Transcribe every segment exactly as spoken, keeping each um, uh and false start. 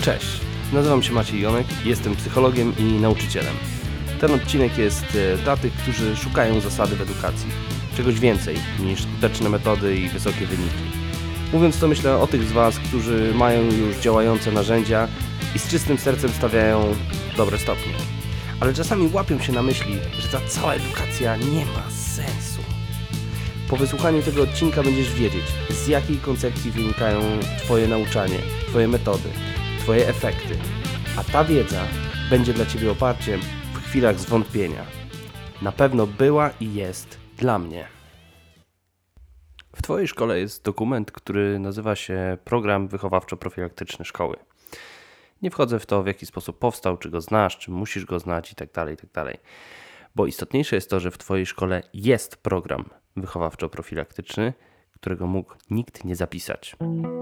Cześć, nazywam się Maciej Jonek, jestem psychologiem i nauczycielem. Ten odcinek jest dla tych, którzy szukają zasady w edukacji. Czegoś więcej niż skuteczne metody i wysokie wyniki. Mówiąc to, myślę o tych z Was, którzy mają już działające narzędzia i z czystym sercem stawiają dobre stopnie. Ale czasami łapią się na myśli, że ta cała edukacja nie ma sensu. Po wysłuchaniu tego odcinka będziesz wiedzieć, z jakiej koncepcji wynikają Twoje nauczanie, Twoje metody, Twoje efekty. A ta wiedza będzie dla Ciebie oparciem w chwilach zwątpienia. Na pewno była i jest dla mnie. W Twojej szkole jest dokument, który nazywa się Program Wychowawczo-Profilaktyczny Szkoły. Nie wchodzę w to, w jaki sposób powstał, czy go znasz, czy musisz go znać itd., itd. Bo istotniejsze jest to, że w Twojej szkole jest program wychowawczo-profilaktyczny, którego mógł nikt nie zapisać.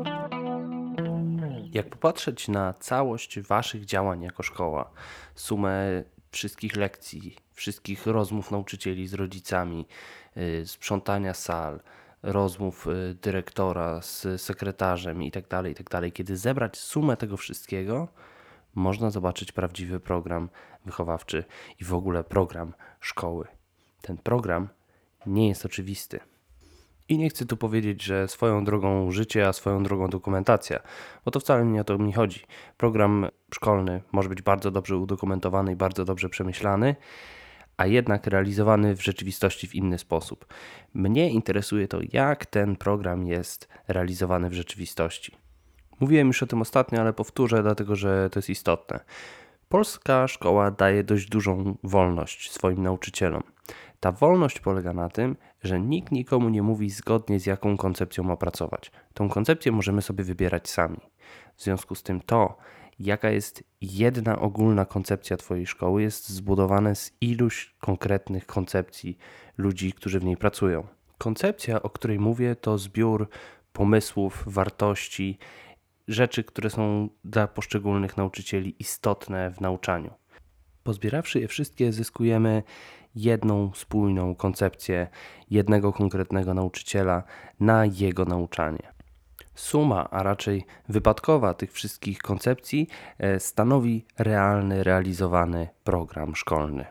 Jak popatrzeć na całość Waszych działań jako szkoła, sumę wszystkich lekcji, wszystkich rozmów nauczycieli z rodzicami, yy, sprzątania sal, rozmów yy, dyrektora z sekretarzem itd., itd., kiedy zebrać sumę tego wszystkiego, można zobaczyć prawdziwy program wychowawczy i w ogóle program szkoły. Ten program nie jest oczywisty. I nie chcę tu powiedzieć, że swoją drogą życie, a swoją drogą dokumentacja, bo to wcale nie o to mi chodzi. Program szkolny może być bardzo dobrze udokumentowany i bardzo dobrze przemyślany, a jednak realizowany w rzeczywistości w inny sposób. Mnie interesuje to, jak ten program jest realizowany w rzeczywistości. Mówiłem już o tym ostatnio, ale powtórzę, dlatego że to jest istotne. Polska szkoła daje dość dużą wolność swoim nauczycielom. Ta wolność polega na tym, że nikt nikomu nie mówi zgodnie z jaką koncepcją ma pracować. Tą koncepcję możemy sobie wybierać sami. W związku z tym to, jaka jest jedna ogólna koncepcja Twojej szkoły, jest zbudowane z iluś konkretnych koncepcji ludzi, którzy w niej pracują. Koncepcja, o której mówię, to zbiór pomysłów, wartości, rzeczy, które są dla poszczególnych nauczycieli istotne w nauczaniu. Pozbierawszy je wszystkie, zyskujemy jedną spójną koncepcję jednego konkretnego nauczyciela na jego nauczanie. Suma, a raczej wypadkowa tych wszystkich koncepcji stanowi realny, realizowany program szkolny.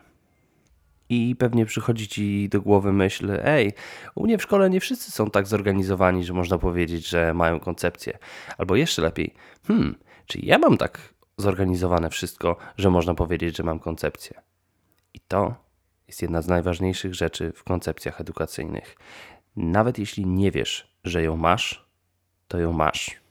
I pewnie przychodzi Ci do głowy myśl, ej, u mnie w szkole nie wszyscy są tak zorganizowani, że można powiedzieć, że mają koncepcję. Albo jeszcze lepiej, hmm, czy ja mam tak zorganizowane wszystko, że można powiedzieć, że mam koncepcję? I to jest jedna z najważniejszych rzeczy w koncepcjach edukacyjnych. Nawet jeśli nie wiesz, że ją masz, to ją masz.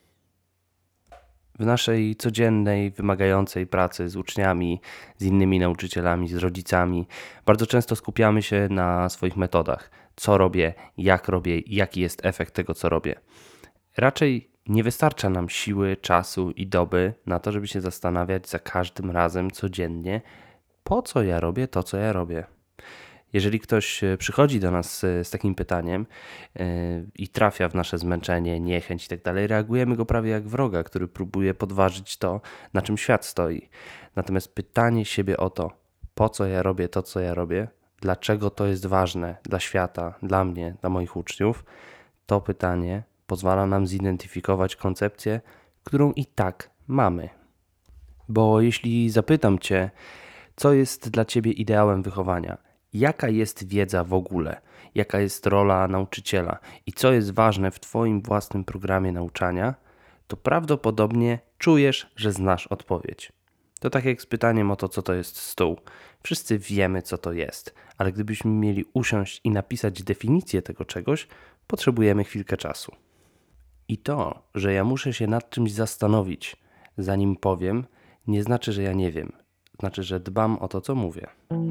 W naszej codziennej, wymagającej pracy z uczniami, z innymi nauczycielami, z rodzicami, bardzo często skupiamy się na swoich metodach. Co robię, jak robię, jaki jest efekt tego, co robię. Raczej nie wystarcza nam siły, czasu i doby na to, żeby się zastanawiać za każdym razem, codziennie, po co ja robię to, co ja robię. Jeżeli ktoś przychodzi do nas z takim pytaniem yy, i trafia w nasze zmęczenie, niechęć i tak dalej, reagujemy go prawie jak wroga, który próbuje podważyć to, na czym świat stoi. Natomiast pytanie siebie o to, po co ja robię to, co ja robię, dlaczego to jest ważne dla świata, dla mnie, dla moich uczniów, to pytanie pozwala nam zidentyfikować koncepcję, którą i tak mamy. Bo jeśli zapytam Cię, co jest dla Ciebie ideałem wychowania, jaka jest wiedza w ogóle, jaka jest rola nauczyciela i co jest ważne w Twoim własnym programie nauczania, to prawdopodobnie czujesz, że znasz odpowiedź. To tak jak z pytaniem o to, co to jest stół. Wszyscy wiemy, co to jest, ale gdybyśmy mieli usiąść i napisać definicję tego czegoś, potrzebujemy chwilkę czasu. I to, że ja muszę się nad czymś zastanowić, zanim powiem, nie znaczy, że ja nie wiem. Znaczy, że dbam o to, co mówię.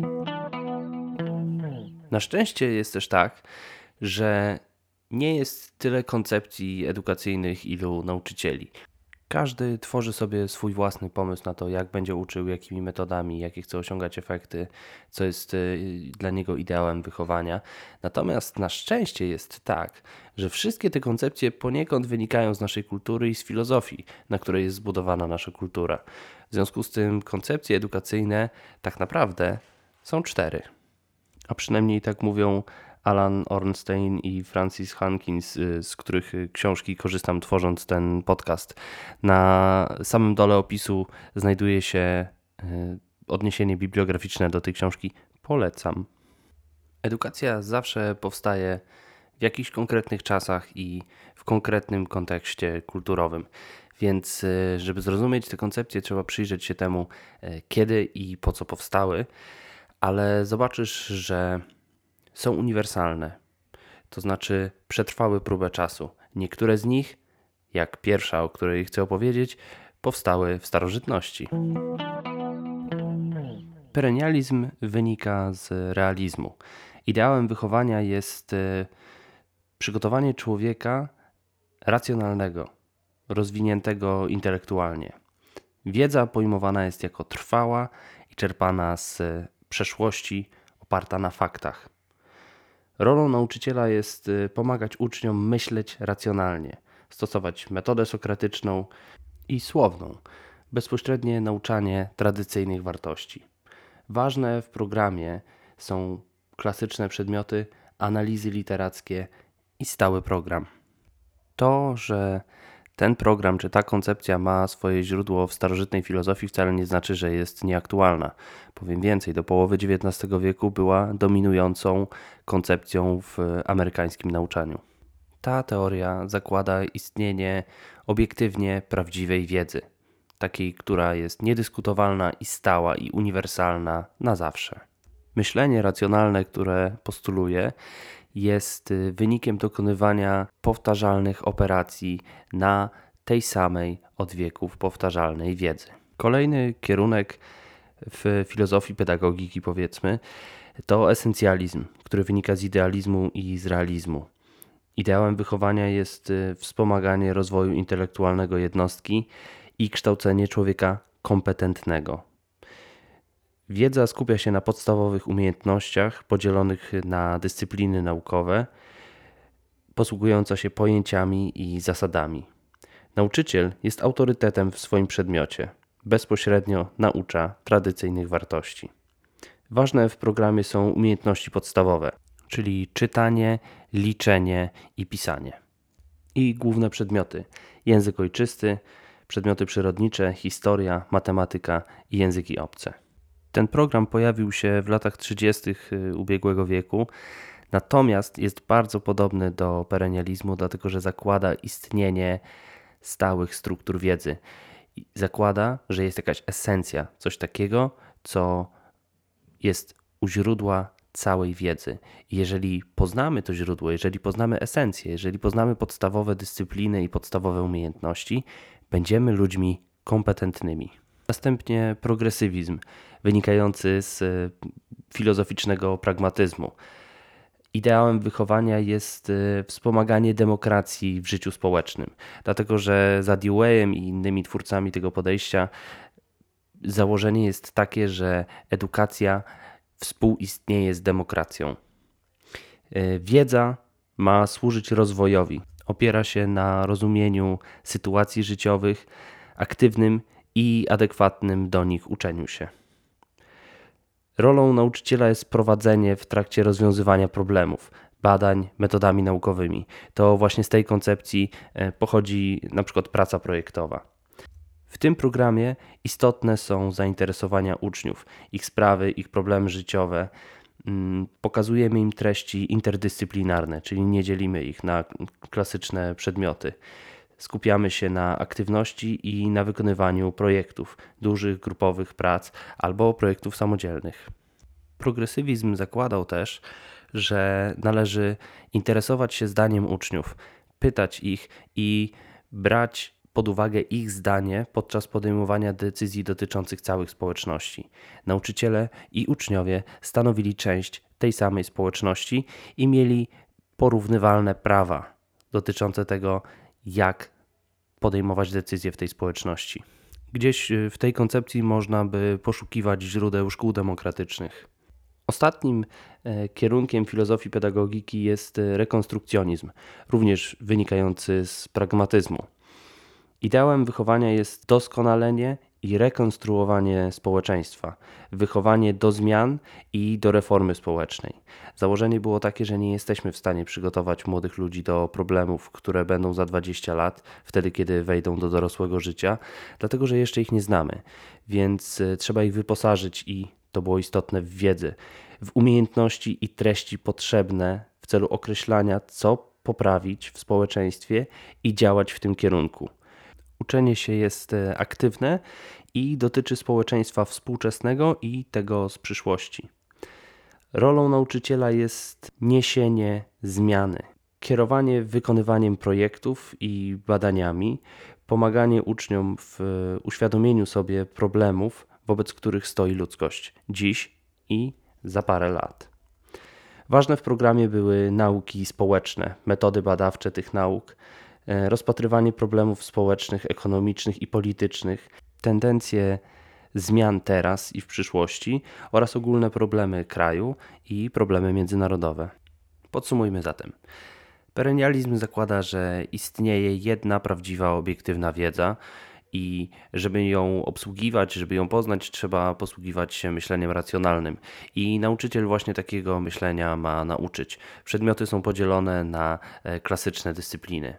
Na szczęście jest też tak, że nie jest tyle koncepcji edukacyjnych, ilu nauczycieli. Każdy tworzy sobie swój własny pomysł na to, jak będzie uczył, jakimi metodami, jakie chce osiągać efekty, co jest dla niego ideałem wychowania. Natomiast na szczęście jest tak, że wszystkie te koncepcje poniekąd wynikają z naszej kultury i z filozofii, na której jest zbudowana nasza kultura. W związku z tym koncepcje edukacyjne tak naprawdę są cztery. A przynajmniej tak mówią Alan Ornstein i Francis Hankins, z których książki korzystam tworząc ten podcast. Na samym dole opisu znajduje się odniesienie bibliograficzne do tej książki. Polecam. Edukacja zawsze powstaje w jakichś konkretnych czasach i w konkretnym kontekście kulturowym. Więc żeby zrozumieć te koncepcje, trzeba przyjrzeć się temu, kiedy i po co powstały, ale zobaczysz, że są uniwersalne, to znaczy przetrwały próbę czasu. Niektóre z nich, jak pierwsza, o której chcę opowiedzieć, powstały w starożytności. Perennializm wynika z realizmu. Ideałem wychowania jest przygotowanie człowieka racjonalnego, rozwiniętego intelektualnie. Wiedza pojmowana jest jako trwała i czerpana z przeszłości, oparta na faktach. Rolą nauczyciela jest pomagać uczniom myśleć racjonalnie, stosować metodę sokratyczną i słowną, bezpośrednie nauczanie tradycyjnych wartości. Ważne w programie są klasyczne przedmioty, analizy literackie i stały program. To, że ten program czy ta koncepcja ma swoje źródło w starożytnej filozofii, wcale nie znaczy, że jest nieaktualna. Powiem więcej, do połowy dziewiętnastego wieku była dominującą koncepcją w amerykańskim nauczaniu. Ta teoria zakłada istnienie obiektywnie prawdziwej wiedzy, takiej, która jest niedyskutowalna i stała i uniwersalna na zawsze. Myślenie racjonalne, które postuluje, jest wynikiem dokonywania powtarzalnych operacji na tej samej od wieków powtarzalnej wiedzy. Kolejny kierunek w filozofii pedagogiki, powiedzmy, to esencjalizm, który wynika z idealizmu i z realizmu. Ideałem wychowania jest wspomaganie rozwoju intelektualnego jednostki i kształcenie człowieka kompetentnego. Wiedza skupia się na podstawowych umiejętnościach podzielonych na dyscypliny naukowe, posługująca się pojęciami i zasadami. Nauczyciel jest autorytetem w swoim przedmiocie, bezpośrednio naucza tradycyjnych wartości. Ważne w programie są umiejętności podstawowe, czyli czytanie, liczenie i pisanie. I główne przedmioty: język ojczysty, przedmioty przyrodnicze, historia, matematyka i języki obce. Ten program pojawił się w latach trzydziestych ubiegłego wieku, natomiast jest bardzo podobny do perennializmu, dlatego że zakłada istnienie stałych struktur wiedzy. Zakłada, że jest jakaś esencja, coś takiego, co jest u źródła całej wiedzy. I jeżeli poznamy to źródło, jeżeli poznamy esencję, jeżeli poznamy podstawowe dyscypliny i podstawowe umiejętności, będziemy ludźmi kompetentnymi. Następnie progresywizm, wynikający z filozoficznego pragmatyzmu. Ideałem wychowania jest wspomaganie demokracji w życiu społecznym, dlatego że za Deweyem i innymi twórcami tego podejścia założenie jest takie, że edukacja współistnieje z demokracją. Wiedza ma służyć rozwojowi, opiera się na rozumieniu sytuacji życiowych, aktywnym i adekwatnym do nich uczeniu się. Rolą nauczyciela jest prowadzenie w trakcie rozwiązywania problemów, badań metodami naukowymi. To właśnie z tej koncepcji pochodzi na przykład praca projektowa. W tym programie istotne są zainteresowania uczniów, ich sprawy, ich problemy życiowe. Pokazujemy im treści interdyscyplinarne, czyli nie dzielimy ich na klasyczne przedmioty. Skupiamy się na aktywności i na wykonywaniu projektów, dużych grupowych prac albo projektów samodzielnych. Progresywizm zakładał też, że należy interesować się zdaniem uczniów, pytać ich i brać pod uwagę ich zdanie podczas podejmowania decyzji dotyczących całych społeczności. Nauczyciele i uczniowie stanowili część tej samej społeczności i mieli porównywalne prawa dotyczące tego, jak podejmować decyzje w tej społeczności. Gdzieś w tej koncepcji można by poszukiwać źródeł szkół demokratycznych. Ostatnim kierunkiem filozofii pedagogiki jest rekonstrukcjonizm, również wynikający z pragmatyzmu. Ideałem wychowania jest doskonalenie i rekonstruowanie społeczeństwa, wychowanie do zmian i do reformy społecznej. Założenie było takie, że nie jesteśmy w stanie przygotować młodych ludzi do problemów, które będą za dwadzieścia lat, wtedy kiedy wejdą do dorosłego życia, dlatego że jeszcze ich nie znamy, więc trzeba ich wyposażyć i to było istotne w wiedzę, w umiejętności i treści potrzebne w celu określania, co poprawić w społeczeństwie i działać w tym kierunku. Uczenie się jest aktywne i dotyczy społeczeństwa współczesnego i tego z przyszłości. Rolą nauczyciela jest niesienie zmiany, kierowanie wykonywaniem projektów i badaniami, pomaganie uczniom w uświadomieniu sobie problemów, wobec których stoi ludzkość dziś i za parę lat. Ważne w programie były nauki społeczne, metody badawcze tych nauk, rozpatrywanie problemów społecznych, ekonomicznych i politycznych, tendencje zmian teraz i w przyszłości oraz ogólne problemy kraju i problemy międzynarodowe. Podsumujmy zatem. Perennializm zakłada, że istnieje jedna prawdziwa, obiektywna wiedza i żeby ją obsługiwać, żeby ją poznać, trzeba posługiwać się myśleniem racjonalnym. I nauczyciel właśnie takiego myślenia ma nauczyć. Przedmioty są podzielone na klasyczne dyscypliny.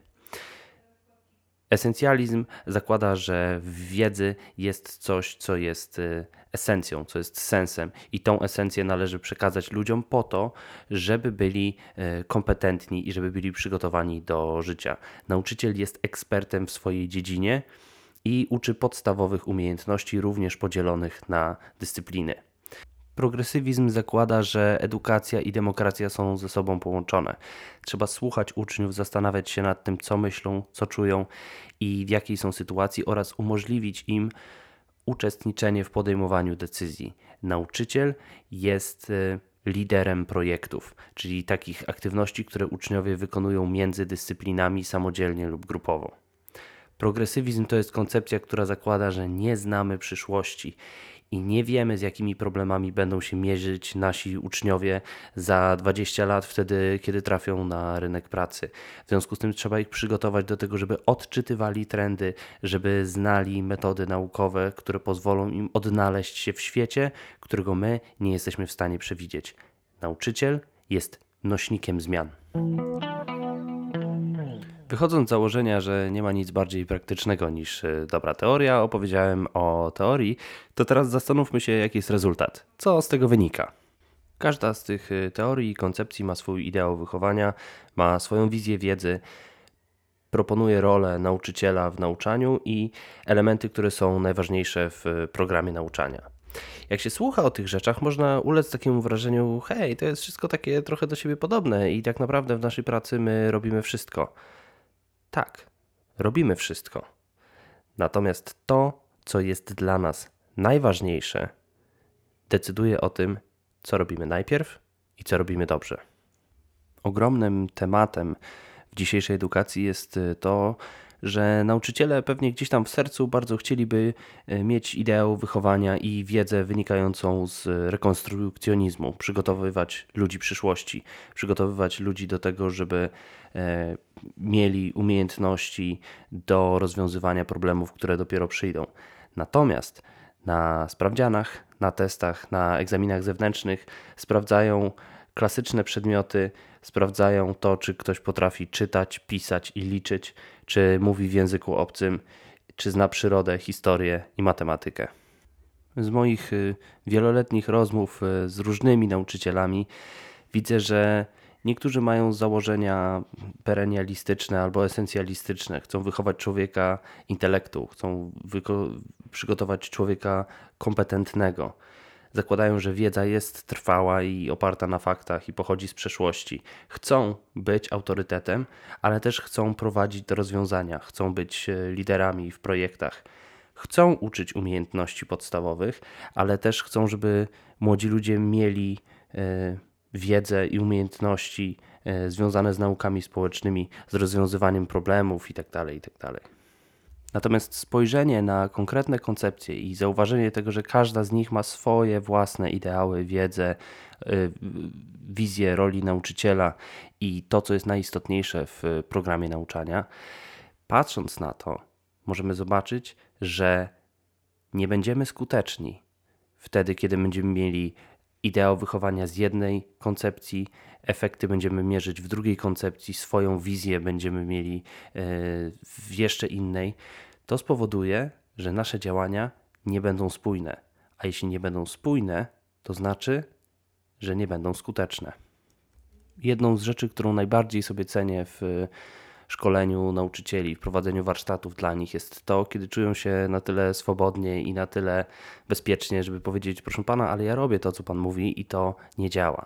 Esencjalizm zakłada, że w wiedzy jest coś, co jest esencją, co jest sensem i tą esencję należy przekazać ludziom po to, żeby byli kompetentni i żeby byli przygotowani do życia. Nauczyciel jest ekspertem w swojej dziedzinie i uczy podstawowych umiejętności, również podzielonych na dyscypliny. Progresywizm zakłada, że edukacja i demokracja są ze sobą połączone. Trzeba słuchać uczniów, zastanawiać się nad tym, co myślą, co czują i w jakiej są sytuacji oraz umożliwić im uczestniczenie w podejmowaniu decyzji. Nauczyciel jest liderem projektów, czyli takich aktywności, które uczniowie wykonują między dyscyplinami samodzielnie lub grupowo. Progresywizm to jest koncepcja, która zakłada, że nie znamy przyszłości i nie wiemy, z jakimi problemami będą się mierzyć nasi uczniowie za dwadzieścia lat, wtedy, kiedy trafią na rynek pracy. W związku z tym trzeba ich przygotować do tego, żeby odczytywali trendy, żeby znali metody naukowe, które pozwolą im odnaleźć się w świecie, którego my nie jesteśmy w stanie przewidzieć. Nauczyciel jest nośnikiem zmian. Wychodząc z założenia, że nie ma nic bardziej praktycznego niż dobra teoria, opowiedziałem o teorii, to teraz zastanówmy się, jaki jest rezultat. Co z tego wynika? Każda z tych teorii i koncepcji ma swój ideał wychowania, ma swoją wizję wiedzy, proponuje rolę nauczyciela w nauczaniu i elementy, które są najważniejsze w programie nauczania. Jak się słucha o tych rzeczach, można ulec takiemu wrażeniu, hej, to jest wszystko takie trochę do siebie podobne i tak naprawdę w naszej pracy my robimy wszystko. Tak, robimy wszystko. Natomiast to, co jest dla nas najważniejsze, decyduje o tym, co robimy najpierw i co robimy dobrze. Ogromnym tematem w dzisiejszej edukacji jest to, że nauczyciele pewnie gdzieś tam w sercu bardzo chcieliby mieć ideał wychowania i wiedzę wynikającą z rekonstrukcjonizmu, przygotowywać ludzi przyszłości, przygotowywać ludzi do tego, żeby mieli umiejętności do rozwiązywania problemów, które dopiero przyjdą. Natomiast na sprawdzianach, na testach, na egzaminach zewnętrznych sprawdzają klasyczne przedmioty, sprawdzają to, czy ktoś potrafi czytać, pisać i liczyć, czy mówi w języku obcym, czy zna przyrodę, historię i matematykę. Z moich wieloletnich rozmów z różnymi nauczycielami widzę, że niektórzy mają założenia perennialistyczne albo esencjalistyczne. Chcą wychować człowieka intelektu, chcą wyko- przygotować człowieka kompetentnego. Zakładają, że wiedza jest trwała i oparta na faktach i pochodzi z przeszłości. Chcą być autorytetem, ale też chcą prowadzić do rozwiązania, chcą być liderami w projektach. Chcą uczyć umiejętności podstawowych, ale też chcą, żeby młodzi ludzie mieli e, wiedzę i umiejętności e, związane z naukami społecznymi, z rozwiązywaniem problemów itd., itd. Natomiast spojrzenie na konkretne koncepcje i zauważenie tego, że każda z nich ma swoje własne ideały, wiedzę, wizję roli nauczyciela i to, co jest najistotniejsze w programie nauczania, patrząc na to, możemy zobaczyć, że Nie będziemy skuteczni wtedy, kiedy będziemy mieli ideał wychowania z jednej koncepcji, efekty będziemy mierzyć w drugiej koncepcji, swoją wizję będziemy mieli w jeszcze innej. To spowoduje, że nasze działania nie będą spójne. A jeśli nie będą spójne, to znaczy, że nie będą skuteczne. Jedną z rzeczy, którą najbardziej sobie cenię w szkoleniu nauczycieli, w prowadzeniu warsztatów dla nich jest to, kiedy czują się na tyle swobodnie i na tyle bezpiecznie, żeby powiedzieć: proszę pana, ale ja robię to, co pan mówi i to nie działa.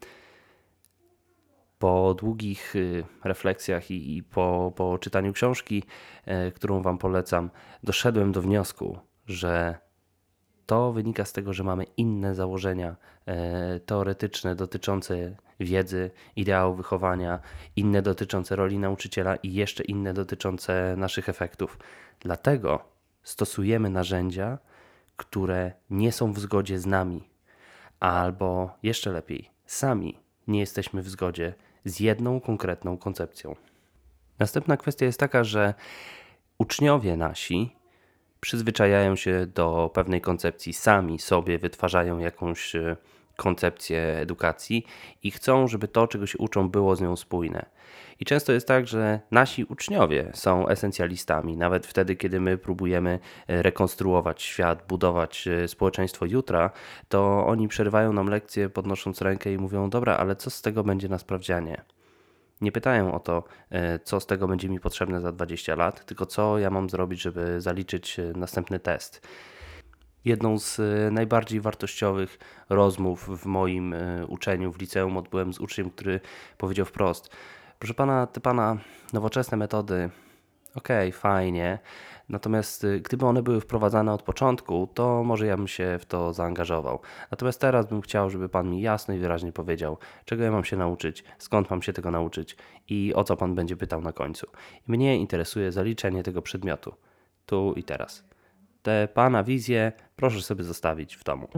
Po długich refleksjach i, i po, po czytaniu książki, e, którą wam polecam, doszedłem do wniosku, że to wynika z tego, że mamy inne założenia e, teoretyczne dotyczące wiedzy, ideału wychowania, inne dotyczące roli nauczyciela i jeszcze inne dotyczące naszych efektów. Dlatego stosujemy narzędzia, które nie są w zgodzie z nami, albo jeszcze lepiej, sami nie jesteśmy w zgodzie z jedną konkretną koncepcją. Następna kwestia jest taka, że uczniowie nasi przyzwyczajają się do pewnej koncepcji, sami sobie wytwarzają jakąś koncepcję edukacji i chcą, żeby to, czego się uczą, było z nią spójne. I często jest tak, że nasi uczniowie są esencjalistami, nawet wtedy, kiedy my próbujemy rekonstruować świat, budować społeczeństwo jutra, to oni przerywają nam lekcję, podnosząc rękę i mówią: dobra, ale co z tego będzie na sprawdzianie? Nie pytają o to, co z tego będzie mi potrzebne za dwadzieścia lat, tylko co ja mam zrobić, żeby zaliczyć następny test. Jedną z najbardziej wartościowych rozmów w moim uczeniu w liceum odbyłem z uczniem, który powiedział wprost: proszę pana, te pana nowoczesne metody, okej, okay, fajnie, natomiast gdyby one były wprowadzane od początku, to może ja bym się w to zaangażował. Natomiast teraz bym chciał, żeby pan mi jasno i wyraźnie powiedział, czego ja mam się nauczyć, skąd mam się tego nauczyć i o co pan będzie pytał na końcu. I mnie interesuje zaliczenie tego przedmiotu, tu i teraz. Te pana wizje proszę sobie zostawić w domu.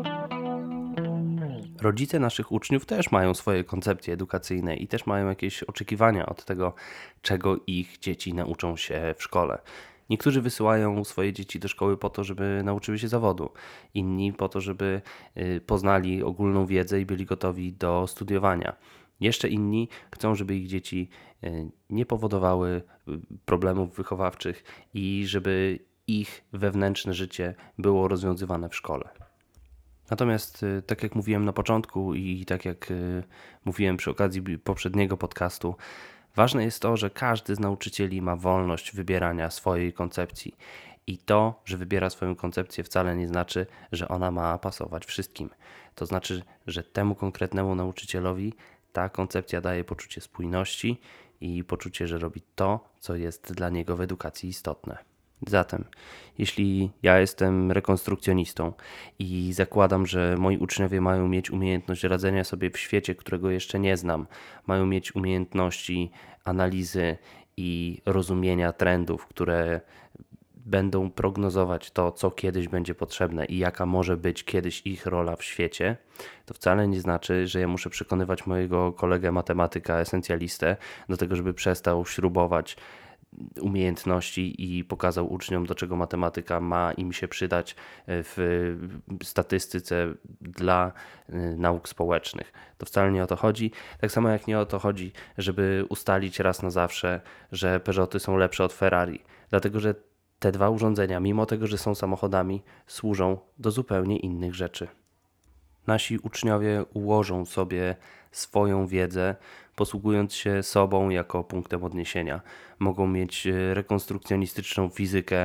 Rodzice naszych uczniów też mają swoje koncepcje edukacyjne i też mają jakieś oczekiwania od tego, czego ich dzieci nauczą się w szkole. Niektórzy wysyłają swoje dzieci do szkoły po to, żeby nauczyły się zawodu. Inni po to, żeby poznali ogólną wiedzę i byli gotowi do studiowania. Jeszcze inni chcą, żeby ich dzieci nie powodowały problemów wychowawczych i żeby ich wewnętrzne życie było rozwiązywane w szkole. Natomiast tak jak mówiłem na początku i tak jak mówiłem przy okazji poprzedniego podcastu, ważne jest to, że każdy z nauczycieli ma wolność wybierania swojej koncepcji. I to, że wybiera swoją koncepcję, wcale nie znaczy, że ona ma pasować wszystkim. To znaczy, że temu konkretnemu nauczycielowi ta koncepcja daje poczucie spójności i poczucie, że robi to, co jest dla niego w edukacji istotne. Zatem, jeśli ja jestem rekonstrukcjonistą i zakładam, że moi uczniowie mają mieć umiejętność radzenia sobie w świecie, którego jeszcze nie znam, mają mieć umiejętności analizy i rozumienia trendów, które będą prognozować to, co kiedyś będzie potrzebne i jaka może być kiedyś ich rola w świecie, to wcale nie znaczy, że ja muszę przekonywać mojego kolegę matematyka, esencjalistę do tego, żeby przestał śrubować umiejętności i pokazał uczniom, do czego matematyka ma im się przydać w statystyce dla nauk społecznych. To wcale nie o to chodzi. Tak samo jak nie o to chodzi, żeby ustalić raz na zawsze, że Peugeoty są lepsze od Ferrari. Dlatego, że te dwa urządzenia, mimo tego, że są samochodami, służą do zupełnie innych rzeczy. Nasi uczniowie ułożą sobie swoją wiedzę, posługując się sobą jako punktem odniesienia. Mogą mieć rekonstrukcjonistyczną fizykę,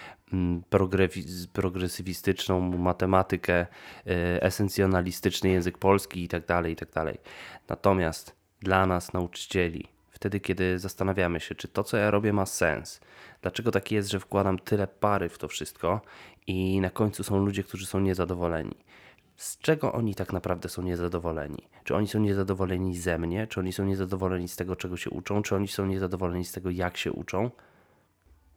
progresywistyczną matematykę, esencjonalistyczny język polski itd., itd. Natomiast dla nas, nauczycieli, wtedy kiedy zastanawiamy się, czy to, co ja robię, ma sens, dlaczego tak jest, że wkładam tyle pary w to wszystko i na końcu są ludzie, którzy są niezadowoleni. Z czego oni tak naprawdę są niezadowoleni? Czy oni są niezadowoleni ze mnie? Czy oni są niezadowoleni z tego, czego się uczą? Czy oni są niezadowoleni z tego, jak się uczą?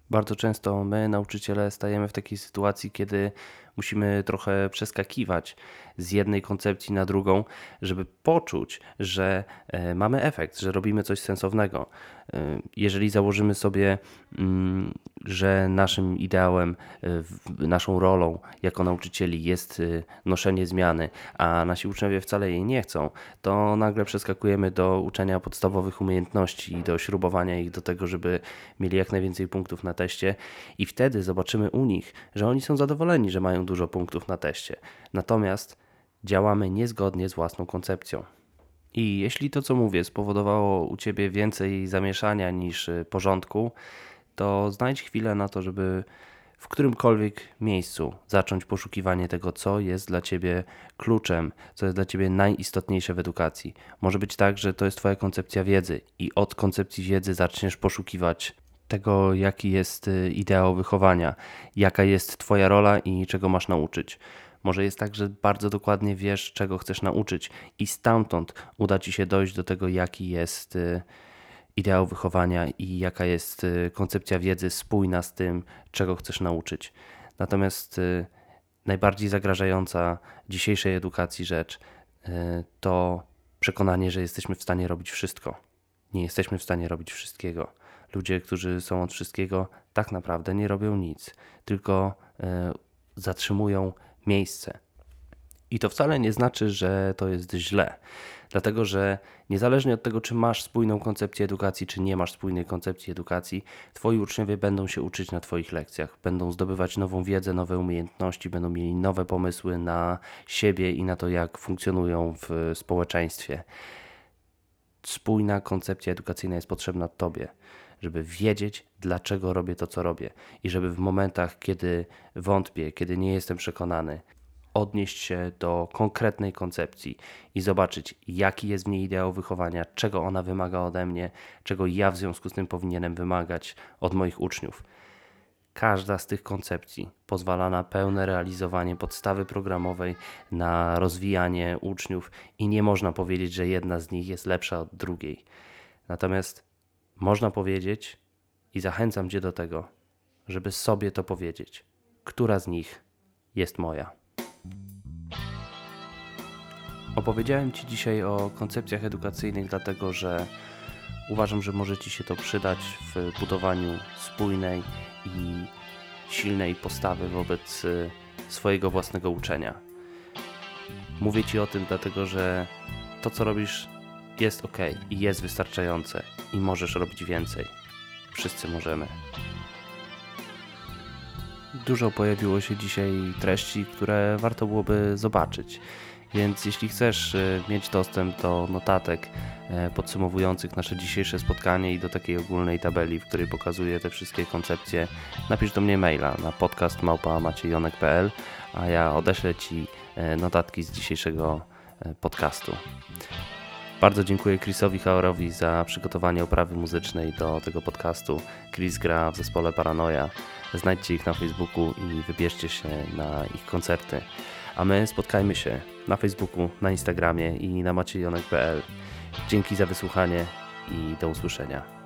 Bardzo często my, nauczyciele, stajemy w takiej sytuacji, kiedy musimy trochę przeskakiwać z jednej koncepcji na drugą, żeby poczuć, że e, mamy efekt, że robimy coś sensownego. E, Jeżeli założymy sobie, mm, że naszym ideałem, e, w- naszą rolą jako nauczycieli jest e, noszenie zmiany, a nasi uczniowie wcale jej nie chcą, to nagle przeskakujemy do uczenia podstawowych umiejętności i do śrubowania ich do tego, żeby mieli jak najwięcej punktów na teście i wtedy zobaczymy u nich, że oni są zadowoleni, że mają dużo punktów na teście. Natomiast działamy niezgodnie z własną koncepcją. I jeśli to, co mówię, spowodowało u Ciebie więcej zamieszania niż y, porządku, to znajdź chwilę na to, żeby w którymkolwiek miejscu zacząć poszukiwanie tego, co jest dla Ciebie kluczem, co jest dla Ciebie najistotniejsze w edukacji. Może być tak, że to jest Twoja koncepcja wiedzy i od koncepcji wiedzy zaczniesz poszukiwać tego, jaki jest y, ideał wychowania, jaka jest Twoja rola i czego masz nauczyć. Może jest tak, że bardzo dokładnie wiesz, czego chcesz nauczyć i stamtąd uda Ci się dojść do tego, jaki jest y, ideał wychowania i jaka jest y, koncepcja wiedzy spójna z tym, czego chcesz nauczyć. Natomiast y, najbardziej zagrażająca dzisiejszej edukacji rzecz y, to przekonanie, że jesteśmy w stanie robić wszystko. Nie jesteśmy w stanie robić wszystkiego. Ludzie, którzy są od wszystkiego, tak naprawdę nie robią nic, tylko y, zatrzymują miejsce. I to wcale nie znaczy, że to jest źle, dlatego że niezależnie od tego, czy masz spójną koncepcję edukacji, czy nie masz spójnej koncepcji edukacji, twoi uczniowie będą się uczyć na twoich lekcjach, będą zdobywać nową wiedzę, nowe umiejętności, będą mieli nowe pomysły na siebie i na to, jak funkcjonują w społeczeństwie. Spójna koncepcja edukacyjna jest potrzebna tobie, żeby wiedzieć, dlaczego robię to, co robię i żeby w momentach, kiedy wątpię, kiedy nie jestem przekonany, odnieść się do konkretnej koncepcji i zobaczyć, jaki jest w niej ideał wychowania, czego ona wymaga ode mnie, czego ja w związku z tym powinienem wymagać od moich uczniów. Każda z tych koncepcji pozwala na pełne realizowanie podstawy programowej, na rozwijanie uczniów i nie można powiedzieć, że jedna z nich jest lepsza od drugiej. Natomiast można powiedzieć i zachęcam Cię do tego, żeby sobie to powiedzieć, która z nich jest moja. Opowiedziałem Ci dzisiaj o koncepcjach edukacyjnych, dlatego że uważam, że może Ci się to przydać w budowaniu spójnej i silnej postawy wobec y, swojego własnego uczenia. Mówię Ci o tym dlatego, że to, co robisz, jest ok i jest wystarczające i możesz robić więcej. Wszyscy możemy. Dużo pojawiło się dzisiaj treści, które warto byłoby zobaczyć. Więc jeśli chcesz y, mieć dostęp do notatek y, podsumowujących nasze dzisiejsze spotkanie i do takiej ogólnej tabeli, w której pokazuję te wszystkie koncepcje, napisz do mnie maila na podcast małpa maciejonek kropka p l, a ja odeślę Ci y, notatki z dzisiejszego y, podcastu. Bardzo dziękuję Chrisowi Hauerowi za przygotowanie oprawy muzycznej do tego podcastu. Chris gra w zespole Paranoia. Znajdźcie ich na Facebooku i wybierzcie się na ich koncerty. A my spotkajmy się na Facebooku, na Instagramie i na maciejonek kropka p l. Dzięki za wysłuchanie i do usłyszenia.